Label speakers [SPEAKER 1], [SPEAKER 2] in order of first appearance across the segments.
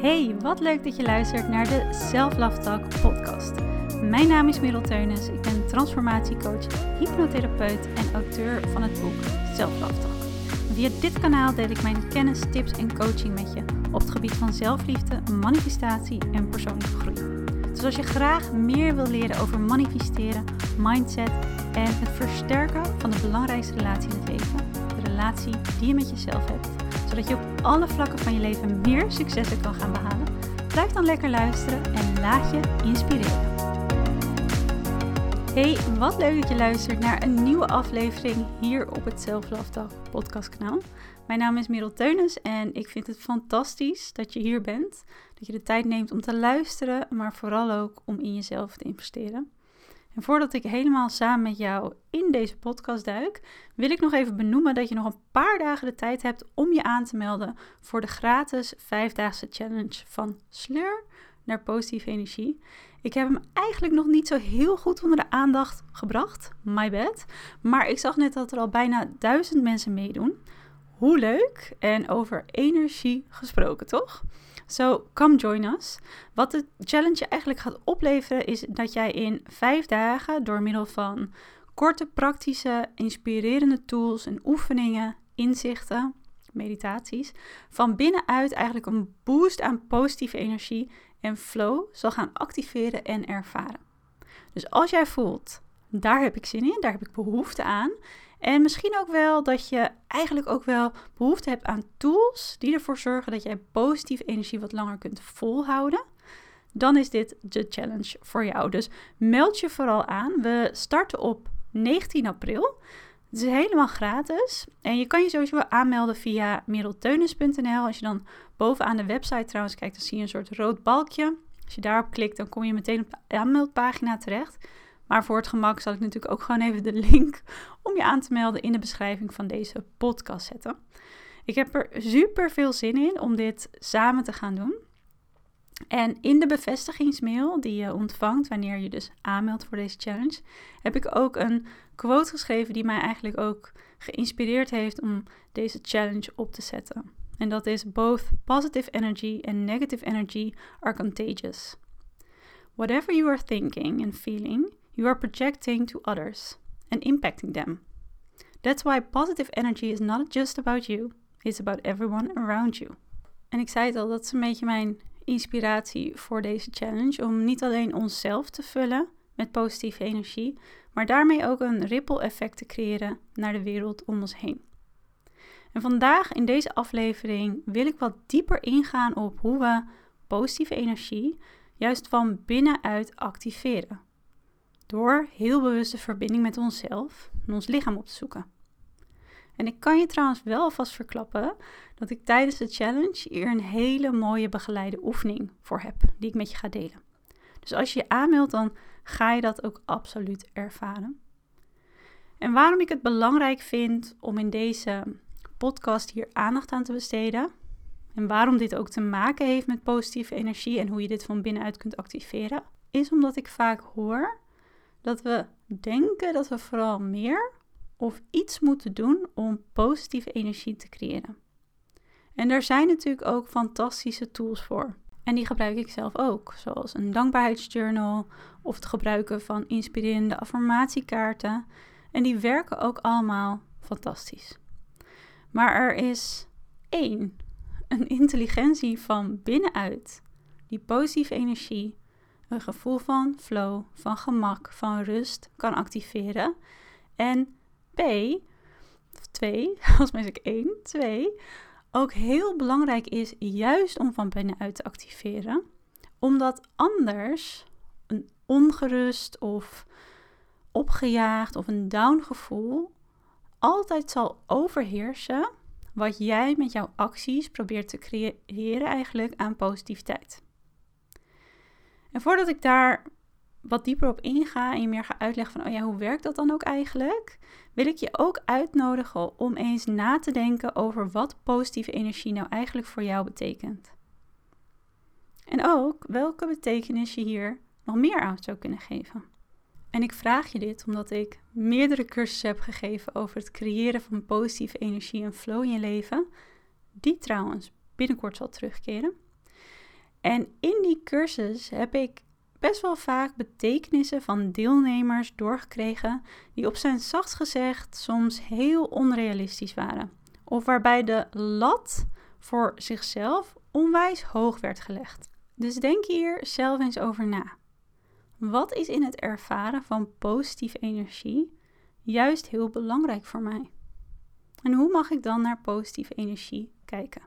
[SPEAKER 1] Hey, wat leuk dat je luistert naar de Self Love Talk podcast. Mijn naam is Merel Teunis, ik ben transformatiecoach, hypnotherapeut en auteur van het boek Self Love Talk. Via dit kanaal deel ik mijn kennis, tips en coaching met je op het gebied van zelfliefde, manifestatie en persoonlijke groei. Dus als je graag meer wil leren over manifesteren, mindset en het versterken van de belangrijkste relatie in het leven, de relatie die je met jezelf hebt, zodat je op alle vlakken van je leven meer successen kan gaan behalen, blijf dan lekker luisteren en laat je inspireren. Hey, wat leuk dat je luistert naar een nieuwe aflevering hier op het Self Love Talk podcastkanaal. Mijn naam is Merel Teunis en ik vind het fantastisch dat je hier bent. Dat je de tijd neemt om te luisteren, maar vooral ook om in jezelf te investeren. En voordat ik helemaal samen met jou in deze podcast duik, wil ik nog even benoemen dat je nog een paar dagen de tijd hebt om je aan te melden voor de gratis 5-daagse challenge van sleur naar positieve energie. Ik heb hem eigenlijk nog niet zo heel goed onder de aandacht gebracht, my bad. Maar ik zag net dat er al bijna 1000 mensen meedoen. Hoe leuk en over energie gesproken, toch? So, come join us. Wat de challenge eigenlijk gaat opleveren is dat jij in 5 dagen door middel van korte, praktische, inspirerende tools en oefeningen, inzichten, meditaties, van binnenuit eigenlijk een boost aan positieve energie en flow zal gaan activeren en ervaren. Dus als jij voelt, daar heb ik zin in, daar heb ik behoefte aan. En misschien ook wel dat je eigenlijk ook wel behoefte hebt aan tools die ervoor zorgen dat jij positieve energie wat langer kunt volhouden. Dan is dit de challenge voor jou. Dus meld je vooral aan. We starten op 19 april. Het is helemaal gratis. En je kan je sowieso aanmelden via merelteunis.nl. Als je dan bovenaan de website trouwens kijkt, dan zie je een soort rood balkje. Als je daarop klikt, dan kom je meteen op de aanmeldpagina terecht. Maar voor het gemak zal ik natuurlijk ook gewoon even de link om je aan te melden in de beschrijving van deze podcast zetten. Ik heb er super veel zin in om dit samen te gaan doen. En in de bevestigingsmail die je ontvangt wanneer je dus aanmeldt voor deze challenge, heb ik ook een quote geschreven die mij eigenlijk ook geïnspireerd heeft om deze challenge op te zetten. En dat is: both positive energy and negative energy are contagious. Whatever you are thinking and feeling, you are projecting to others and impacting them. That's why positive energy is not just about you, it's about everyone around you. En ik zei het al, dat is een beetje mijn inspiratie voor deze challenge, om niet alleen onszelf te vullen met positieve energie, maar daarmee ook een ripple effect te creëren naar de wereld om ons heen. En vandaag in deze aflevering wil ik wat dieper ingaan op hoe we positieve energie juist van binnenuit activeren. Door heel bewust de verbinding met onszelf en ons lichaam op te zoeken. En ik kan je trouwens wel alvast verklappen dat ik tijdens de challenge hier een hele mooie begeleide oefening voor heb, die ik met je ga delen. Dus als je je aanmeldt, dan ga je dat ook absoluut ervaren. En waarom ik het belangrijk vind om in deze podcast hier aandacht aan te besteden, en waarom dit ook te maken heeft met positieve energie en hoe je dit van binnenuit kunt activeren, is omdat ik vaak hoor dat we denken dat we vooral meer of iets moeten doen om positieve energie te creëren. En daar zijn natuurlijk ook fantastische tools voor. En die gebruik ik zelf ook, zoals een dankbaarheidsjournal of het gebruiken van inspirerende affirmatiekaarten. En die werken ook allemaal fantastisch. Maar er is een intelligentie van binnenuit die positieve energie, een gevoel van flow, van gemak, van rust kan activeren. En volgens mij zeg ik 2, ook heel belangrijk is juist om van binnenuit te activeren. Omdat anders een ongerust of opgejaagd of een down gevoel altijd zal overheersen wat jij met jouw acties probeert te creëren eigenlijk aan positiviteit. En voordat ik daar wat dieper op inga en je meer ga uitleggen van hoe werkt dat dan ook eigenlijk, wil ik je ook uitnodigen om eens na te denken over wat positieve energie nou eigenlijk voor jou betekent. En ook welke betekenis je hier nog meer aan zou kunnen geven. En ik vraag je dit omdat ik meerdere cursussen heb gegeven over het creëren van positieve energie en flow in je leven, die trouwens binnenkort zal terugkeren. En in die cursus heb ik best wel vaak betekenissen van deelnemers doorgekregen die op zijn zachtst gezegd soms heel onrealistisch waren. Of waarbij de lat voor zichzelf onwijs hoog werd gelegd. Dus denk hier zelf eens over na. Wat is in het ervaren van positieve energie juist heel belangrijk voor mij? En hoe mag ik dan naar positieve energie kijken?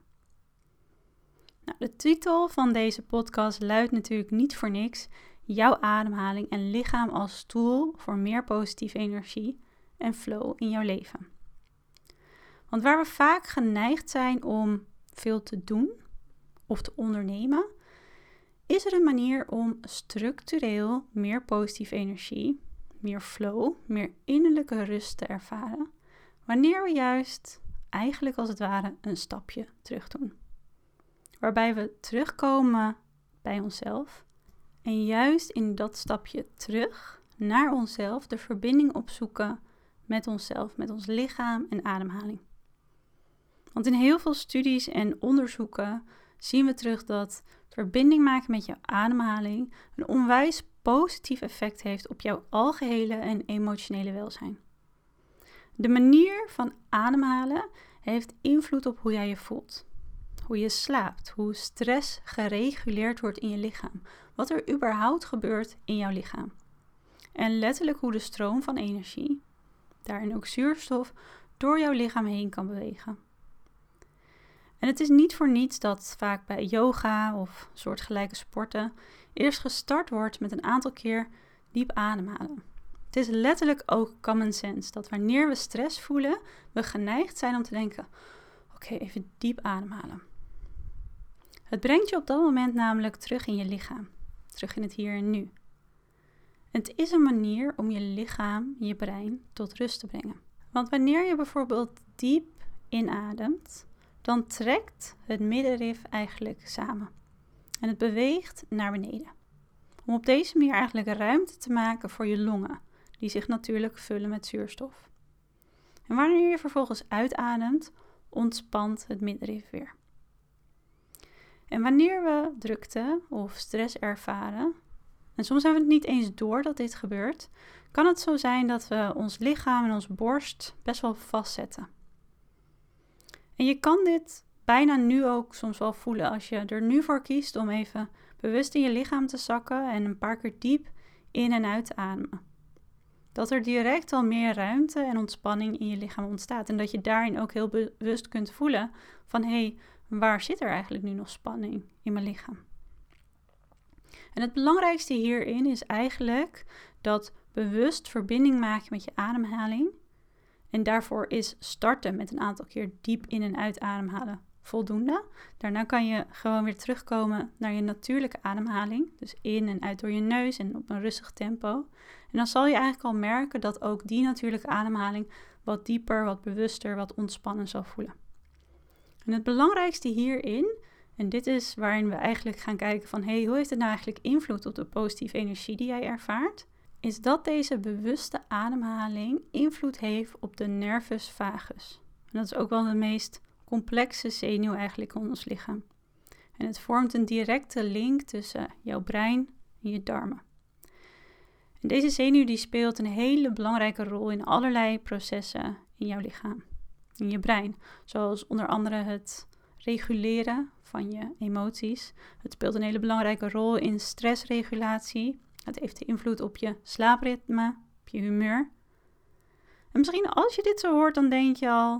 [SPEAKER 1] Nou, de titel van deze podcast luidt natuurlijk niet voor niks: jouw ademhaling en lichaam als tool voor meer positieve energie en flow in jouw leven. Want waar we vaak geneigd zijn om veel te doen of te ondernemen, is er een manier om structureel meer positieve energie, meer flow, meer innerlijke rust te ervaren, wanneer we juist eigenlijk als het ware een stapje terug doen. Waarbij we terugkomen bij onszelf en juist in dat stapje terug naar onszelf de verbinding opzoeken met onszelf, met ons lichaam en ademhaling. Want in heel veel studies en onderzoeken zien we terug dat verbinding maken met jouw ademhaling een onwijs positief effect heeft op jouw algehele en emotionele welzijn. De manier van ademhalen heeft invloed op hoe jij je voelt. Hoe je slaapt, hoe stress gereguleerd wordt in je lichaam. Wat er überhaupt gebeurt in jouw lichaam. En letterlijk hoe de stroom van energie, daarin ook zuurstof, door jouw lichaam heen kan bewegen. En het is niet voor niets dat vaak bij yoga of soortgelijke sporten eerst gestart wordt met een aantal keer diep ademhalen. Het is letterlijk ook common sense dat wanneer we stress voelen, we geneigd zijn om te denken: oké, even diep ademhalen. Het brengt je op dat moment namelijk terug in je lichaam, terug in het hier en nu. Het is een manier om je lichaam, je brein tot rust te brengen. Want wanneer je bijvoorbeeld diep inademt, dan trekt het middenrif eigenlijk samen. En het beweegt naar beneden. Om op deze manier eigenlijk ruimte te maken voor je longen, die zich natuurlijk vullen met zuurstof. En wanneer je vervolgens uitademt, ontspant het middenrif weer. En wanneer we drukte of stress ervaren, en soms hebben we het niet eens door dat dit gebeurt, kan het zo zijn dat we ons lichaam en ons borst best wel vastzetten. En je kan dit bijna nu ook soms wel voelen als je er nu voor kiest om even bewust in je lichaam te zakken en een paar keer diep in en uit te ademen. Dat er direct al meer ruimte en ontspanning in je lichaam ontstaat. En dat je daarin ook heel bewust kunt voelen van hé, waar zit er eigenlijk nu nog spanning in mijn lichaam? En het belangrijkste hierin is eigenlijk dat bewust verbinding maken met je ademhaling. En daarvoor is starten met een aantal keer diep in en uit ademhalen voldoende. Daarna kan je gewoon weer terugkomen naar je natuurlijke ademhaling. Dus in en uit door je neus en op een rustig tempo. En dan zal je eigenlijk al merken dat ook die natuurlijke ademhaling wat dieper, wat bewuster, wat ontspannen zal voelen. En het belangrijkste hierin, en dit is waarin we eigenlijk gaan kijken van hoe heeft het nou eigenlijk invloed op de positieve energie die jij ervaart, is dat deze bewuste ademhaling invloed heeft op de nervus vagus. En dat is ook wel de meest complexe zenuw eigenlijk in ons lichaam. En het vormt een directe link tussen jouw brein en je darmen. En deze zenuw die speelt een hele belangrijke rol in allerlei processen in jouw lichaam, in je brein. Zoals onder andere het reguleren van je emoties. Het speelt een hele belangrijke rol in stressregulatie. Het heeft invloed op je slaapritme, op je humeur. En misschien als je dit zo hoort, dan denk je al,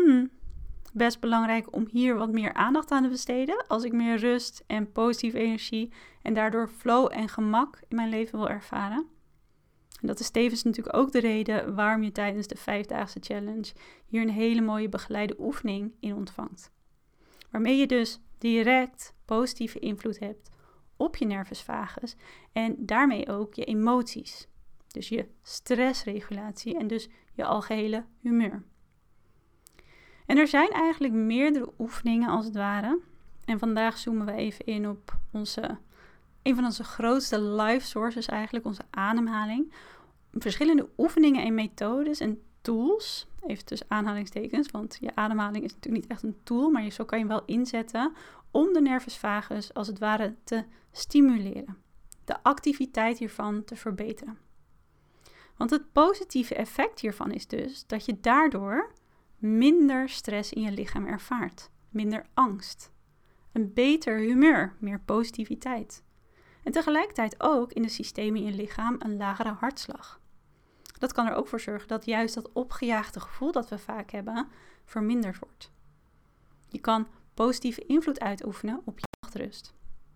[SPEAKER 1] best belangrijk om hier wat meer aandacht aan te besteden. Als ik meer rust en positieve energie en daardoor flow en gemak in mijn leven wil ervaren. En dat is tevens natuurlijk ook de reden waarom je tijdens de 5-daagse challenge hier een hele mooie begeleide oefening in ontvangt. Waarmee je dus direct positieve invloed hebt op je nervus vagus en daarmee ook je emoties. Dus je stressregulatie en dus je algehele humeur. En er zijn eigenlijk meerdere oefeningen als het ware. En vandaag zoomen we even in op een van onze grootste life sources eigenlijk, onze ademhaling. Verschillende oefeningen en methodes en tools even tussen aanhalingstekens, want je ademhaling is natuurlijk niet echt een tool, maar zo kan je hem wel inzetten om de nervus vagus als het ware te stimuleren. De activiteit hiervan te verbeteren. Want het positieve effect hiervan is dus dat je daardoor minder stress in je lichaam ervaart. Minder angst. Een beter humeur, meer positiviteit. En tegelijkertijd ook in de systemen in je lichaam een lagere hartslag. Dat kan er ook voor zorgen dat juist dat opgejaagde gevoel dat we vaak hebben, verminderd wordt. Je kan positieve invloed uitoefenen op je nachtrust.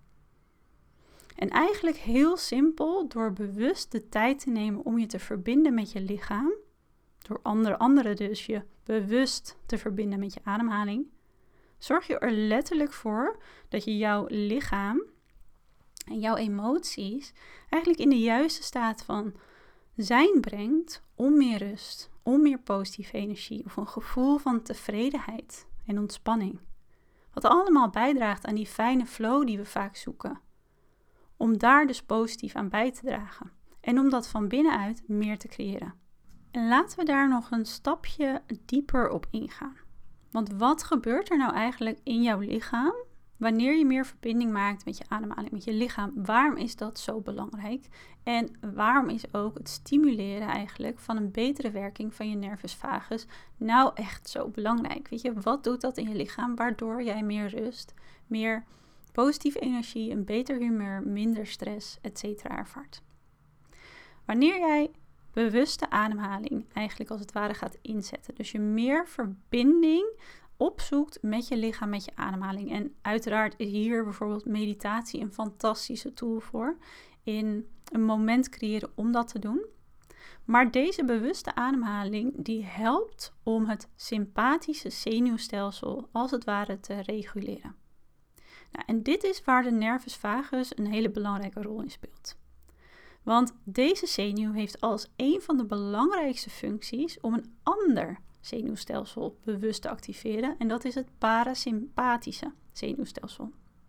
[SPEAKER 1] En eigenlijk heel simpel, door bewust de tijd te nemen om je te verbinden met je lichaam, door onder andere dus je bewust te verbinden met je ademhaling, zorg je er letterlijk voor dat je jouw lichaam en jouw emoties eigenlijk in de juiste staat van zijn brengt om meer rust, om meer positieve energie of een gevoel van tevredenheid en ontspanning. Wat allemaal bijdraagt aan die fijne flow die we vaak zoeken. Om daar dus positief aan bij te dragen en om dat van binnenuit meer te creëren. En laten we daar nog een stapje dieper op ingaan. Want wat gebeurt er nou eigenlijk in jouw lichaam wanneer je meer verbinding maakt met je ademhaling, met je lichaam? Waarom is dat zo belangrijk? En waarom is ook het stimuleren eigenlijk van een betere werking van je nervus vagus nou echt zo belangrijk? Weet je, wat doet dat in je lichaam waardoor jij meer rust, meer positieve energie, een beter humeur, minder stress, etc. ervaart? Wanneer jij bewuste ademhaling eigenlijk als het ware gaat inzetten, dus je meer verbinding opzoekt met je lichaam, met je ademhaling. En uiteraard is hier bijvoorbeeld meditatie een fantastische tool voor. In een moment creëren om dat te doen. Maar deze bewuste ademhaling die helpt om het sympathische zenuwstelsel als het ware te reguleren. Nou, en dit is waar de nervus vagus een hele belangrijke rol in speelt. Want deze zenuw heeft als een van de belangrijkste functies om een ander zenuwstelsel bewust te activeren. En dat is het parasympathische zenuwstelsel.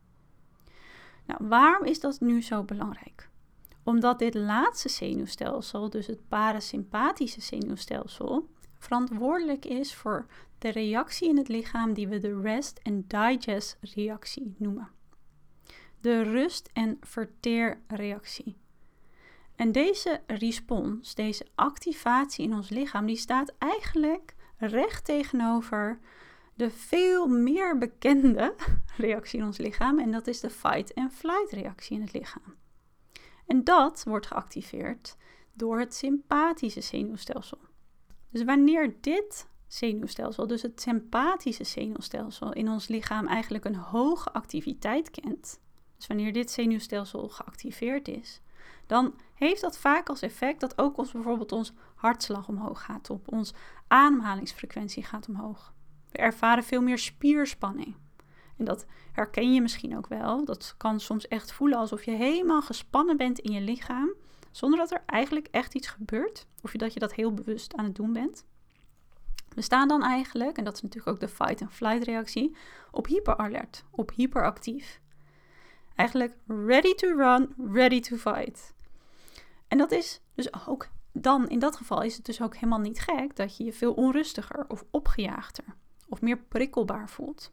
[SPEAKER 1] Nou, waarom is dat nu zo belangrijk? Omdat dit laatste zenuwstelsel, dus het parasympathische zenuwstelsel, verantwoordelijk is voor de reactie in het lichaam die we de rest and digest reactie noemen. De rust- en verteerreactie. En deze respons, deze activatie in ons lichaam, die staat eigenlijk recht tegenover de veel meer bekende reactie in ons lichaam. En dat is de fight-and-flight reactie in het lichaam. En dat wordt geactiveerd door het sympathische zenuwstelsel. Dus wanneer dit zenuwstelsel, dus het sympathische zenuwstelsel in ons lichaam eigenlijk een hoge activiteit kent, dus wanneer dit zenuwstelsel geactiveerd is, dan heeft dat vaak als effect dat ook bijvoorbeeld ons hartslag omhoog gaat, op ons ademhalingsfrequentie gaat omhoog. We ervaren veel meer spierspanning. En dat herken je misschien ook wel. Dat kan soms echt voelen alsof je helemaal gespannen bent in je lichaam, zonder dat er eigenlijk echt iets gebeurt, of dat je dat heel bewust aan het doen bent. We staan dan eigenlijk, en dat is natuurlijk ook de fight-and-flight reactie, op hyperalert, op hyperactief. Eigenlijk ready to run, ready to fight. En dat is dus ook dan, in dat geval is het dus ook helemaal niet gek dat je je veel onrustiger of opgejaagder of meer prikkelbaar voelt.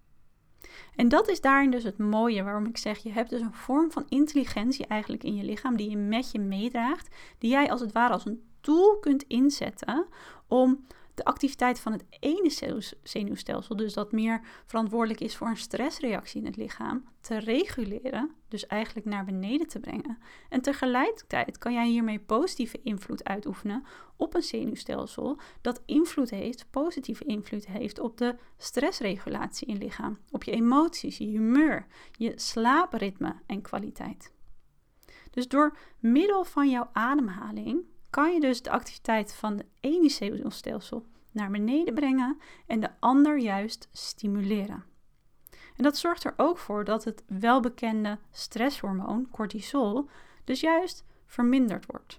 [SPEAKER 1] En dat is daarin dus het mooie waarom ik zeg, je hebt dus een vorm van intelligentie eigenlijk in je lichaam die je met je meedraagt, die jij als het ware als een tool kunt inzetten om de activiteit van het ene zenuwstelsel, dus dat meer verantwoordelijk is voor een stressreactie in het lichaam, te reguleren, dus eigenlijk naar beneden te brengen. En tegelijkertijd kan jij hiermee positieve invloed uitoefenen op een zenuwstelsel dat invloed heeft, positieve invloed heeft op de stressregulatie in het lichaam, op je emoties, je humeur, je slaapritme en kwaliteit. Dus door middel van jouw ademhaling kan je dus de activiteit van de ene zenuwstelsel naar beneden brengen en de ander juist stimuleren. En dat zorgt er ook voor dat het welbekende stresshormoon, cortisol, dus juist verminderd wordt.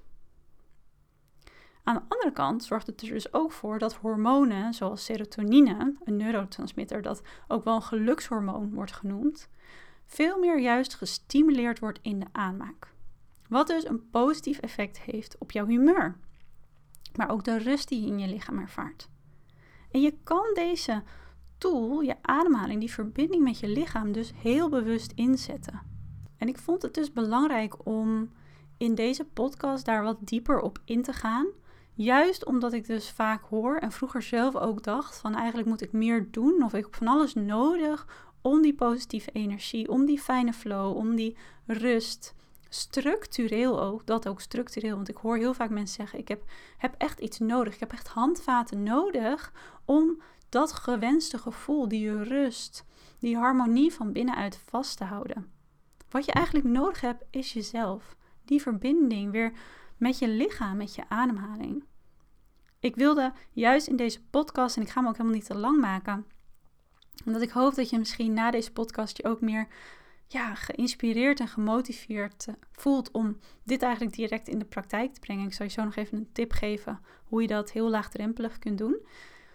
[SPEAKER 1] Aan de andere kant zorgt het er dus ook voor dat hormonen zoals serotonine, een neurotransmitter dat ook wel een gelukshormoon wordt genoemd, veel meer juist gestimuleerd wordt in de aanmaak. Wat dus een positief effect heeft op jouw humeur. Maar ook de rust die je in je lichaam ervaart. En je kan deze tool, je ademhaling, die verbinding met je lichaam dus heel bewust inzetten. En ik vond het dus belangrijk om in deze podcast daar wat dieper op in te gaan. Juist omdat ik dus vaak hoor en vroeger zelf ook dacht van eigenlijk moet ik meer doen of ik heb van alles nodig om die positieve energie, om die fijne flow, om die rust, structureel ook, dat ook structureel. Want ik hoor heel vaak mensen zeggen ik heb echt iets nodig, ik heb echt handvaten nodig om dat gewenste gevoel, die rust, die harmonie van binnenuit vast te houden. Wat je eigenlijk nodig hebt is jezelf. Die verbinding weer met je lichaam, met je ademhaling. Ik wilde juist in deze podcast, en ik ga hem ook helemaal niet te lang maken, omdat ik hoop dat je misschien na deze podcast je ook meer geïnspireerd en gemotiveerd voelt om dit eigenlijk direct in de praktijk te brengen. Ik zal je zo nog even een tip geven hoe je dat heel laagdrempelig kunt doen.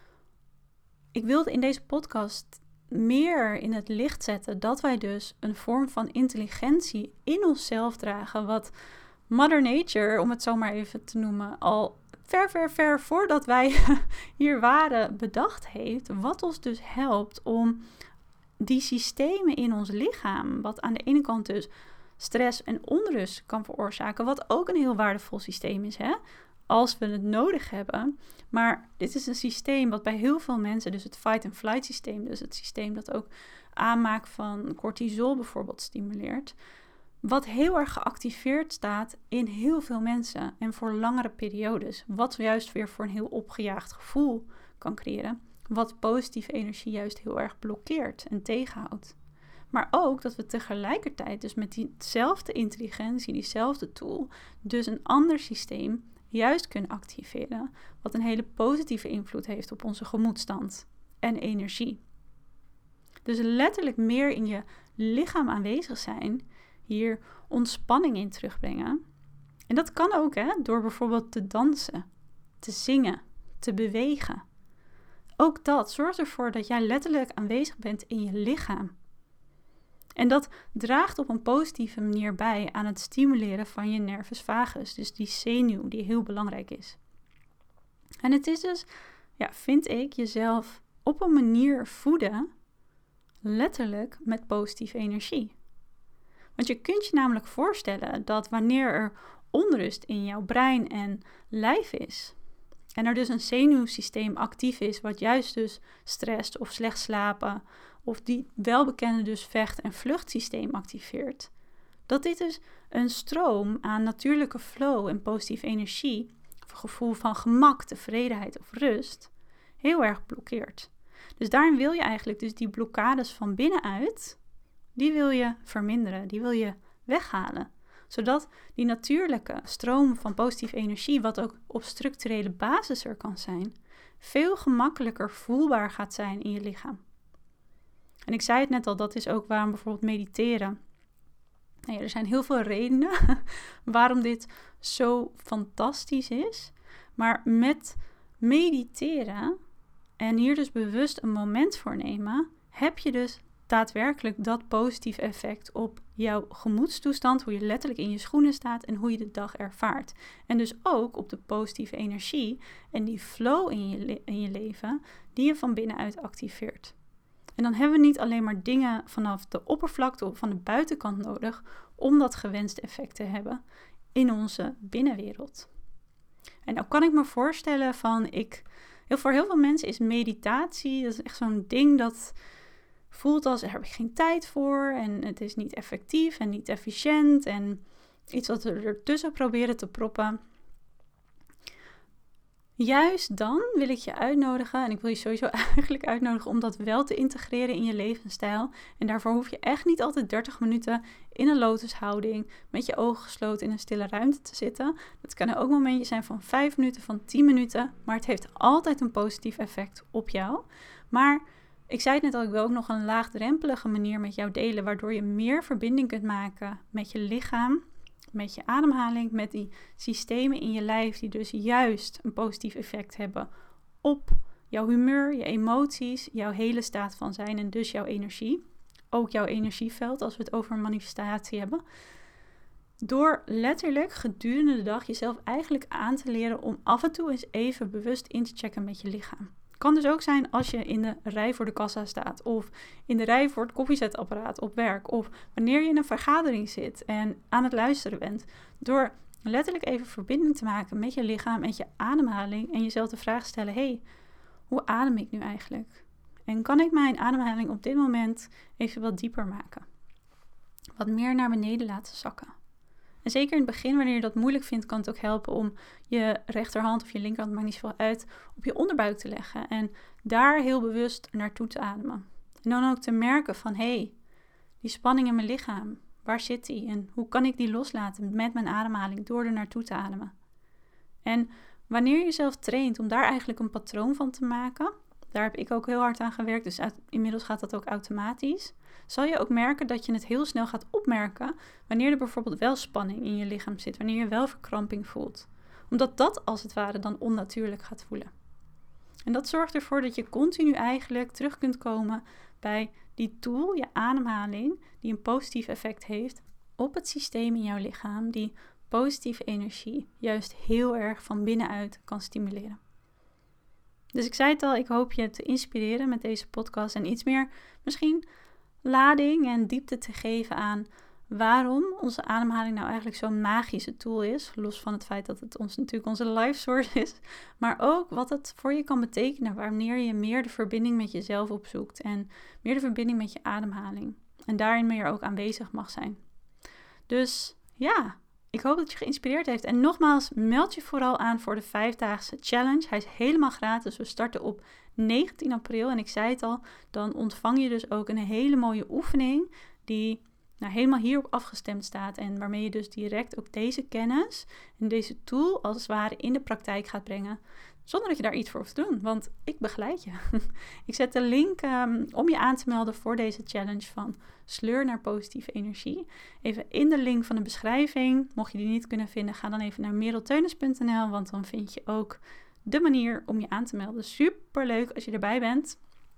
[SPEAKER 1] Ik wilde in deze podcast meer in het licht zetten dat wij dus een vorm van intelligentie in onszelf dragen, wat Mother Nature, om het zo maar even te noemen, al ver voordat wij hier waren bedacht heeft, wat ons dus helpt om die systemen in ons lichaam, wat aan de ene kant dus stress en onrust kan veroorzaken, wat ook een heel waardevol systeem is, als we het nodig hebben. Maar dit is een systeem wat bij heel veel mensen, dus het fight-and-flight systeem, dus het systeem dat ook aanmaak van cortisol bijvoorbeeld stimuleert, wat heel erg geactiveerd staat in heel veel mensen en voor langere periodes, wat juist weer voor een heel opgejaagd gevoel kan creëren, wat positieve energie juist heel erg blokkeert en tegenhoudt. Maar ook dat we tegelijkertijd dus met diezelfde intelligentie, diezelfde tool, dus een ander systeem juist kunnen activeren, wat een hele positieve invloed heeft op onze gemoedstand en energie. Dus letterlijk meer in je lichaam aanwezig zijn, hier ontspanning in terugbrengen. En dat kan ook door bijvoorbeeld te dansen, te zingen, te bewegen. Ook dat zorgt ervoor dat jij letterlijk aanwezig bent in je lichaam. En dat draagt op een positieve manier bij aan het stimuleren van je nervus vagus. Dus die zenuw die heel belangrijk is. En het is dus, vind ik, jezelf op een manier voeden, letterlijk met positieve energie. Want je kunt je namelijk voorstellen dat wanneer er onrust in jouw brein en lijf is, en er dus een zenuwsysteem actief is, wat juist dus stress of slecht slapen, of die welbekende dus vecht- en vluchtsysteem activeert, dat dit dus een stroom aan natuurlijke flow en positieve energie, of een gevoel van gemak, tevredenheid of rust, heel erg blokkeert. Dus daarin wil je eigenlijk dus die blokkades van binnenuit, die wil je verminderen, die wil je weghalen. Zodat die natuurlijke stroom van positieve energie, wat ook op structurele basis er kan zijn, veel gemakkelijker voelbaar gaat zijn in je lichaam. En ik zei het net al, dat is ook waarom bijvoorbeeld mediteren. Er zijn heel veel redenen waarom dit zo fantastisch is. Maar met mediteren en hier dus bewust een moment voor nemen, heb je dus daadwerkelijk dat positieve effect op jouw gemoedstoestand, hoe je letterlijk in je schoenen staat en hoe je de dag ervaart. En dus ook op de positieve energie en die flow in je leven die je van binnenuit activeert. En dan hebben we niet alleen maar dingen vanaf de oppervlakte of van de buitenkant nodig om dat gewenste effect te hebben in onze binnenwereld. En nou kan ik me voorstellen voor heel veel mensen is meditatie, dat is echt zo'n ding dat voelt als, daar heb ik geen tijd voor en het is niet effectief en niet efficiënt en iets wat we ertussen proberen te proppen. Juist dan wil ik je uitnodigen, en ik wil je sowieso eigenlijk uitnodigen om dat wel te integreren in je levensstijl. En daarvoor hoef je echt niet altijd 30 minuten in een lotushouding met je ogen gesloten in een stille ruimte te zitten. Dat kan ook momentjes zijn van 5 minuten, van 10 minuten, maar het heeft altijd een positief effect op jou. Maar ik zei het net al, ik wil ook nog een laagdrempelige manier met jou delen, waardoor je meer verbinding kunt maken met je lichaam, met je ademhaling, met die systemen in je lijf die dus juist een positief effect hebben op jouw humeur, je emoties, jouw hele staat van zijn en dus jouw energie. Ook jouw energieveld als we het over manifestatie hebben. Door letterlijk gedurende de dag jezelf eigenlijk aan te leren om af en toe eens even bewust in te checken met je lichaam. Kan dus ook zijn als je in de rij voor de kassa staat of in de rij voor het koffiezetapparaat op werk of wanneer je in een vergadering zit en aan het luisteren bent. Door letterlijk even verbinding te maken met je lichaam, met je ademhaling en jezelf de vraag stellen, hey, hoe adem ik nu eigenlijk? En kan ik mijn ademhaling op dit moment even wat dieper maken? Wat meer naar beneden laten zakken. En zeker in het begin, wanneer je dat moeilijk vindt, kan het ook helpen om je rechterhand of je linkerhand, maakt niet zoveel uit, op je onderbuik te leggen. En daar heel bewust naartoe te ademen. En dan ook te merken van, hey, die spanning in mijn lichaam, waar zit die? En hoe kan ik die loslaten met mijn ademhaling door er naartoe te ademen? En wanneer je jezelf traint om daar eigenlijk een patroon van te maken, daar heb ik ook heel hard aan gewerkt, dus inmiddels gaat dat ook automatisch, zal je ook merken dat je het heel snel gaat opmerken wanneer er bijvoorbeeld wel spanning in je lichaam zit, wanneer je wel verkramping voelt. Omdat dat als het ware dan onnatuurlijk gaat voelen. En dat zorgt ervoor dat je continu eigenlijk terug kunt komen bij die tool, je ademhaling, die een positief effect heeft op het systeem in jouw lichaam, die positieve energie juist heel erg van binnenuit kan stimuleren. Dus ik zei het al, ik hoop je te inspireren met deze podcast en iets meer misschien lading en diepte te geven aan waarom onze ademhaling nou eigenlijk zo'n magische tool is. Los van het feit dat het natuurlijk onze life source is. Maar ook wat het voor je kan betekenen wanneer je meer de verbinding met jezelf opzoekt. En meer de verbinding met je ademhaling. En daarin meer ook aanwezig mag zijn. Dus ja, ik hoop dat je geïnspireerd heeft. En nogmaals, meld je vooral aan voor de 5-daagse challenge. Hij is helemaal gratis. We starten op 19 april. En ik zei het al, dan ontvang je dus ook een hele mooie oefening die helemaal hierop afgestemd staat. En waarmee je dus direct ook deze kennis en deze tool als het ware in de praktijk gaat brengen. Zonder dat je daar iets voor hoeft te doen. Want ik begeleid je. Ik zet de link om je aan te melden voor deze challenge van sleur naar positieve energie. Even in de link van de beschrijving. Mocht je die niet kunnen vinden, ga dan even naar merelteunis.nl. Want dan vind je ook de manier om je aan te melden. Super leuk als je erbij bent.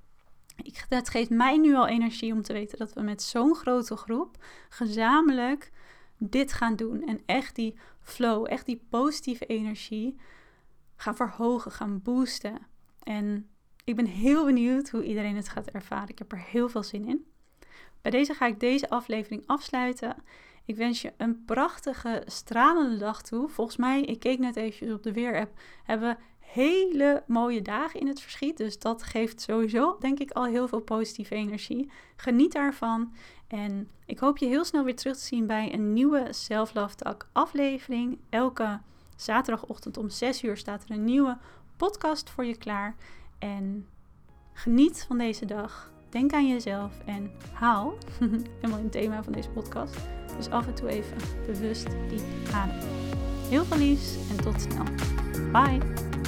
[SPEAKER 1] Het geeft mij nu al energie om te weten dat we met zo'n grote groep gezamenlijk dit gaan doen. En echt die flow, echt die positieve energie gaan verhogen, gaan boosten. En ik ben heel benieuwd hoe iedereen het gaat ervaren. Ik heb er heel veel zin in. Bij deze ga ik deze aflevering afsluiten. Ik wens je een prachtige, stralende dag toe. Volgens mij, ik keek net eventjes op de weerapp, hebben we hele mooie dagen in het verschiet. Dus dat geeft sowieso, denk ik, al heel veel positieve energie. Geniet daarvan. En ik hoop je heel snel weer terug te zien bij een nieuwe Self Love Talk aflevering. Elke zaterdagochtend om 6 uur staat er een nieuwe podcast voor je klaar. En geniet van deze dag. Denk aan jezelf en haal, helemaal in het thema van deze podcast, dus af en toe even bewust diep adem. Heel veel liefs en tot snel. Bye!